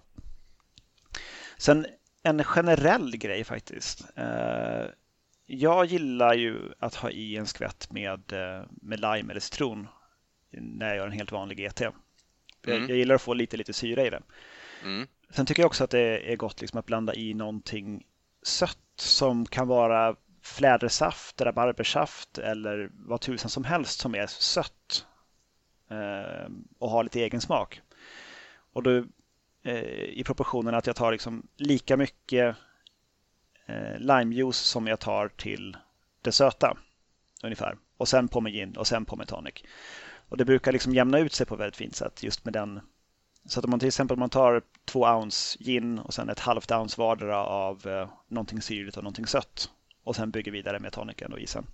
Sen en generell grej faktiskt. Eh, jag gillar ju att ha i en skvätt med, med lime eller citron när jag gör en helt vanlig G T. Mm. Jag, jag gillar att få lite, lite syra i det. Mm. Sen tycker jag också att det är gott liksom att blanda i någonting sött som kan vara flädersaft, rabarbersaft eller vad tusan som helst som är sött eh, och har lite egen smak. Och då eh, i proportionen att jag tar liksom lika mycket eh, limejuice som jag tar till det söta ungefär. Och sen på med gin och sen på med tonic. Och det brukar liksom jämna ut sig på väldigt fint sätt just med den. Så att om man till exempel man tar två ounce gin och sen ett halvt ounce vardera av eh, någonting syrligt och någonting sött och sen bygger vidare med tonicen och isen.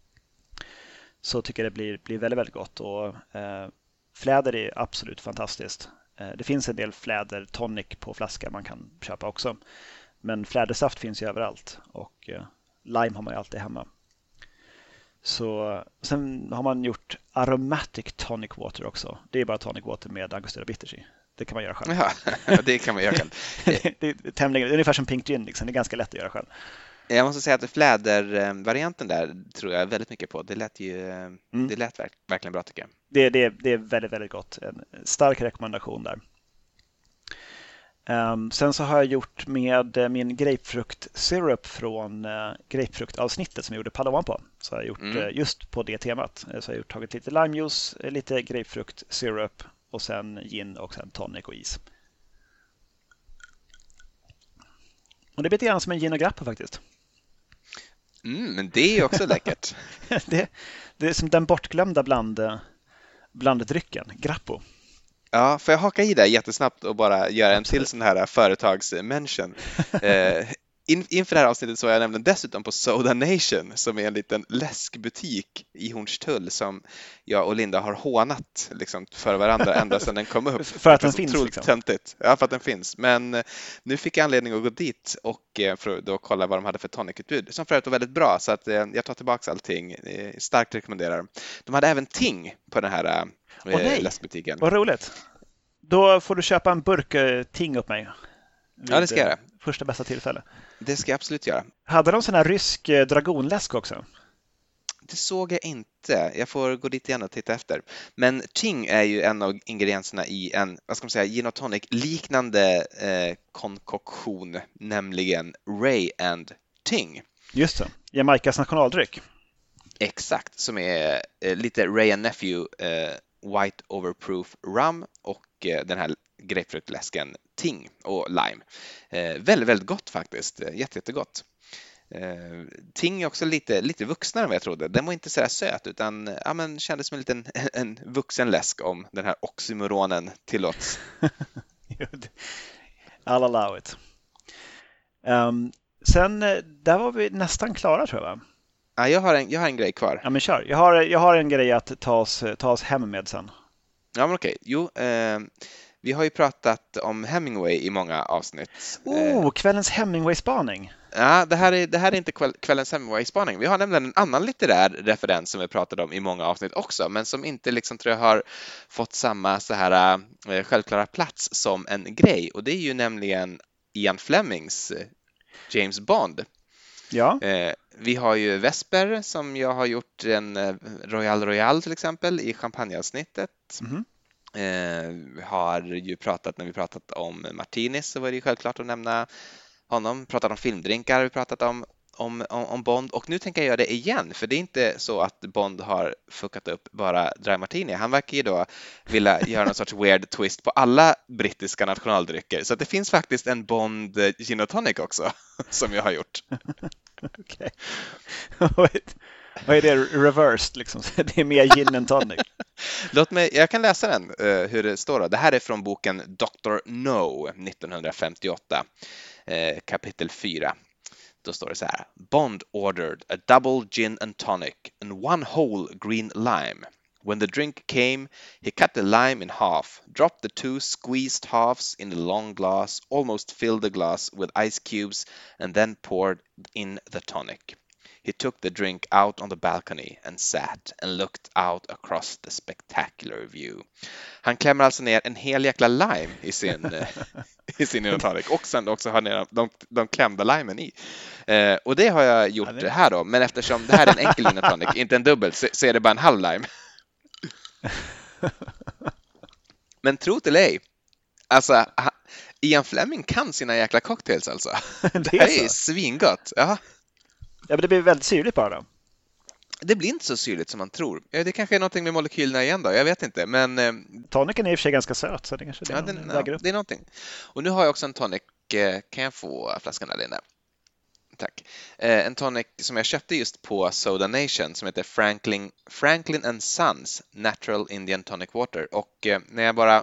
Så tycker jag det blir, blir väldigt, väldigt gott. Och eh, fläder är absolut fantastiskt. Eh, det finns en del fläder tonic på flaska man kan köpa också. Men flädersaft finns ju överallt och eh, lime har man ju alltid hemma. Så, sen har man gjort aromatic tonic water också. Det är bara tonic water med angostura bitters i. Det kan man göra själv. Ja, det kan man göra själv. det, det, är tämligen, ungefär som pink gin, liksom. Det är ganska lätt att göra själv. Jag måste säga att flädervarianten där tror jag väldigt mycket på. Det lät ju mm. det lät verk, verkligen bra tycker jag. Det, det, det är väldigt, väldigt gott. En stark rekommendation där. Um, sen så har jag gjort med min grapefrukt-syrup från uh, grapefruktavsnittet som jag gjorde Padawan på. Så har jag gjort mm. uh, just på det temat. Så jag har gjort, tagit lite limejuice, lite grapefrukt-syrup och sen gin och sen tonic och is. Och det blir lite grann som en gin och grappa faktiskt. Mm, men det är också läckert. det, det är som den bortglömda bland, blanddrycken, grappo. Ja, får jag haka i det jättesnabbt och bara göra en Absolut. till sån här företagsmention. eh, in, inför det här avsnittet så är jag nämligen dessutom på Soda Nation som är en liten läskbutik i Hornstull som jag och Linda har hånat liksom, för varandra ända sedan den kom upp. För att den finns liksom. Töntigt. Ja, för att den finns. Men eh, nu fick jag anledning att gå dit och eh, för att då kolla vad de hade för tonicutbud som förut var väldigt bra så att eh, jag tar tillbaka allting. Eh, starkt rekommenderar. De hade även ting på den här eh, Åh, nej. läskbutiken. Vad roligt. Då får du köpa en burk ting åt mig. Ja, det ska jag göra. första bästa tillfälle. Det ska jag absolut göra. Hade de sån här rysk eh, dragonläsk också? Det såg jag inte. Jag får gå dit igen och titta efter. Men Ting är ju en av ingredienserna i en, vad ska man säga, gin och tonic liknande eh, konkoktion, nämligen Ray and Ting. Just det, Jamaicas nationaldryck. Exakt, som är eh, lite Ray and Nephew eh, White Overproof Rum och eh, den här grapefruktläsken Ting och lime. Eh, väldigt, väldigt gott faktiskt. Jätte, jättegott. Uh, Ting är också lite, lite vuxnare än vad jag trodde. Den var inte så här söt utan ja, men kändes som en liten en vuxen läsk om den här oxymoronen tillåts. I'll allow it. Um, sen, där var vi nästan klara tror jag va? Ja, jag, har en, jag har en grej kvar. Ja men kör, jag har, jag har en grej att ta oss, ta oss hem med sen. Ja men okej, jo uh, vi har ju pratat om Hemingway i många avsnitt. Oh, kvällens Hemingway-spaning. Ja, det här är, det här är inte kvällens Hemingway-spaning. Vi har nämligen en annan litterär referens som vi pratade om i många avsnitt också, men som inte liksom tror jag har fått samma så här äh, självklara plats som en grej. Och det är ju nämligen Ian Flemings James Bond. Ja. Eh, vi har ju Vesper som jag har gjort en eh, Royal Royal till exempel i champagneavsnittet. Mm-hmm. Eh, vi har ju pratat, när vi pratat om Martinis så var det ju självklart att nämna honom, pratat om filmdrinkar, vi pratat om, om, om, om Bond och nu tänker jag göra det igen för det är inte så att Bond har fuckat upp bara Dry Martini. Han verkar ju då vilja göra någon sorts weird twist på alla brittiska nationaldrycker så att det finns faktiskt en Bond gin och tonic också som jag har gjort. Okej. Vad är det reversed liksom? Det är mer gin än tonic. Låt mig, jag kan läsa den, uh, hur det står då. Det här är från boken doktor No nittonhundrafemtioåtta, uh, kapitel fyra. Då står det så här. Bond ordered a double gin and tonic and one whole green lime. When the drink came, he cut the lime in half, dropped the two squeezed halves in a long glass, almost filled the glass with ice cubes, and then poured in the tonic. He took the drink out on the balcony and sat and looked out across the spectacular view. Han klämmer alltså ner en hel jäkla lime i sin, i sin gin och tonic och sen också har ner de, de klämda limen i. Eh, och det har jag gjort ja, det... här då, men eftersom det här är en enkel gin och tonic, inte en dubbel, så, så är det bara en halv lime. Men tro till ej, alltså Ian Fleming kan sina jäkla cocktails alltså. Det, det här är, är svingott. Ja. Ja, men det blir väldigt syrligt bara då. Det blir inte så syrligt som man tror. Det kanske är någonting med molekylerna igen då, jag vet inte. Men tonicen är i och för sig ganska söt så det kanske det ja, den, ja, det är någonting. Och nu har jag också en tonic. Kan jag få flaskan där inne? Tack. En tonic som jag köpte just på Soda Nation som heter Franklin, Franklin and Sons Natural Indian Tonic Water. Och när jag bara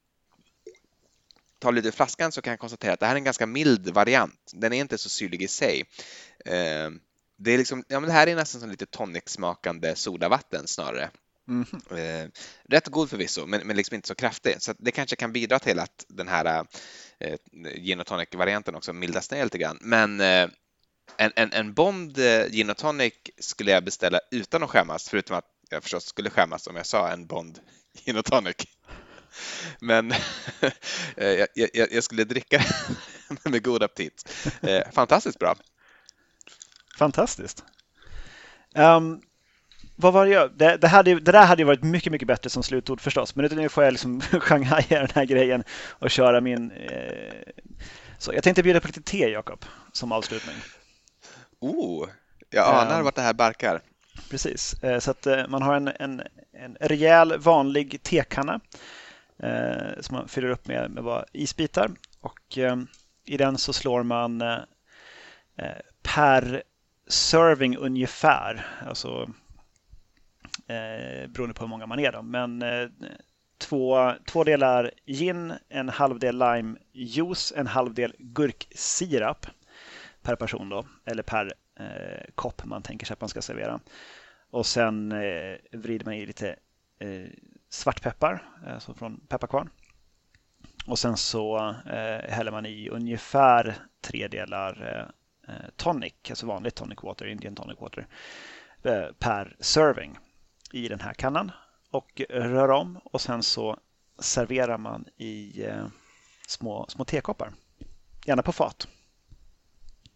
tar lite i flaskan så kan jag konstatera att det här är en ganska mild variant. Den är inte så syrlig i sig. Det är liksom, ja men det här är nästan som lite tonic-smakande sodavatten snarare. Mm. Rätt god förvisso, men, men liksom inte så kraftig. Så det kanske kan bidra till att den här eh, gin och tonic-varianten också mildas ner lite grann. Men eh, en, en, en Bond gin och tonic skulle jag beställa utan att skämmas, förutom att jag förstås skulle skämmas om jag sa en Bond gin och tonic. Men jag, jag, jag skulle dricka med god aptit. Fantastiskt bra. Fantastiskt. Um, vad var det, jag? Det, det, hade, det där hade ju varit mycket, mycket bättre som slutord förstås. Men nu får jag liksom shanghaja den här grejen och köra min... Eh... Så jag tänkte bjuda på lite te, Jakob, som avslutning. Oh, jag anar um, vart det här barkar. Precis. Eh, så att eh, man har en, en, en rejäl, vanlig tekanna eh, som man fyller upp med, med bara isbitar. Och eh, i den så slår man eh, per serving ungefär, alltså eh, beroende på hur många man är då. Men eh, två, två delar gin, en halv del lime juice, en halv del gurksirap per person då, eller per eh, kopp man tänker sig att man ska servera. Och sen eh, vrider man i lite eh, svartpeppar, alltså från pepparkvarn. Och sen så eh, häller man i ungefär tre delar eh, tonic, alltså vanligt tonic water, Indian tonic water, per serving i den här kannan och rör om och sen så serverar man i små, små tekoppar, gärna på fat.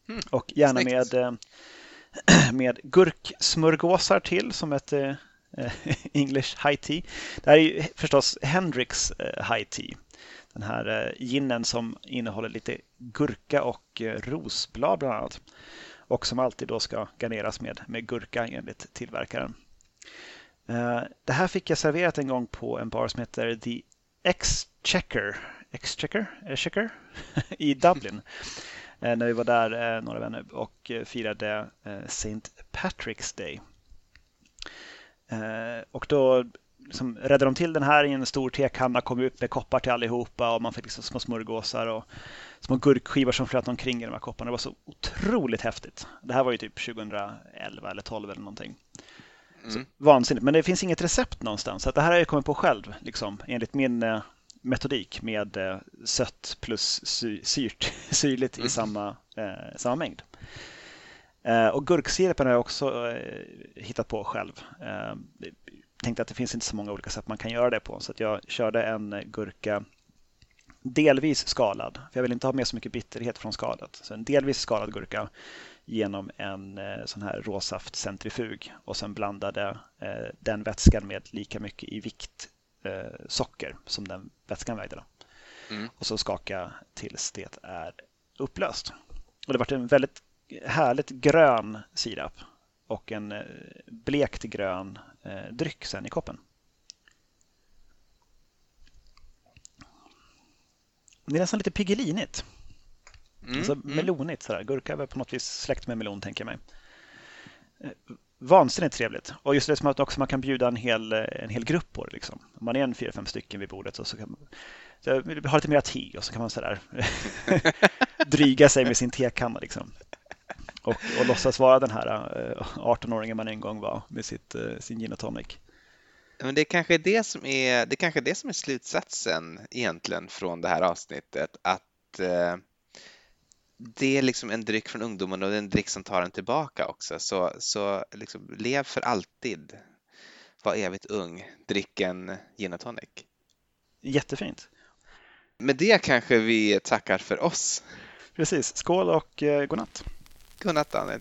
Mm. Och gärna Snyggt. med, eh, med gurksmörgåsar till som ett eh, English high tea. Det här är ju förstås Hendrix eh, high tea. Den här eh, ginen som innehåller lite gurka och eh, rosblad bland annat. Och som alltid då ska garneras med, med gurka enligt tillverkaren. Eh, det här fick jag serverat en gång på en bar som heter The Exchequer, Exchequer? Exchequer? i Dublin. Eh, när vi var där, eh, några vänner, och eh, firade eh, Saint Patrick's Day. Eh, och då liksom räddade de till den här i en stor tekanna, kom ut med koppar till allihopa och man fick liksom små smörgåsar och små gurkskivor som flöt omkring i de här kopparna. Det var så otroligt häftigt. Det här var ju typ tjugoelva eller tolv eller någonting. Mm. Så, vansinnigt. Men det finns inget recept någonstans. Så att det här har jag kommit på själv, liksom, enligt min eh, metodik med eh, sött plus sy- syrt, syrligt Mm. i samma, eh, samma mängd. Eh, och gurksirapen har jag också eh, hittat på själv. Eh, tänkte att det finns inte så många olika sätt man kan göra det på. Så att jag körde en gurka delvis skalad. För jag vill inte ha med så mycket bitterhet från skalet. Så en delvis skalad gurka genom en eh, sån här råsaftcentrifug. Och sen blandade eh, den vätskan med lika mycket i vikt eh, socker som den vätskan vägde. Då. Mm. Och så skaka tills det är upplöst. Och det var en väldigt härligt grön sirap och en eh, blekt grön eh, dryck sen i koppen. Det är nästan lite pigelinigt. Mm. Alltså Mm. melonigt sådär. Gurka är väl på något vis släkt med melon, tänker jag mig. Eh, Vansinnigt trevligt. Och just det som att också man kan bjuda en hel, en hel grupp på det. Liksom. Om man är en fyra, fem stycken vid bordet och så kan man så ha lite mer te och så kan man sådär dryga sig med sin tekanna liksom. Och, och låtsas vara den här arton-åringen man en gång var med sitt, sin gin och tonic. Men det är kanske det som är, det är kanske det som är slutsatsen egentligen från det här avsnittet, att eh, det är liksom en dryck från ungdomen och det är en dryck som tar en tillbaka också. Så, så liksom, lev för alltid. Var evigt ung. Drick en gin och tonic. Jättefint. Med det kanske vi tackar för oss. Precis. Skål och eh, godnatt. Godnatt, Daniel.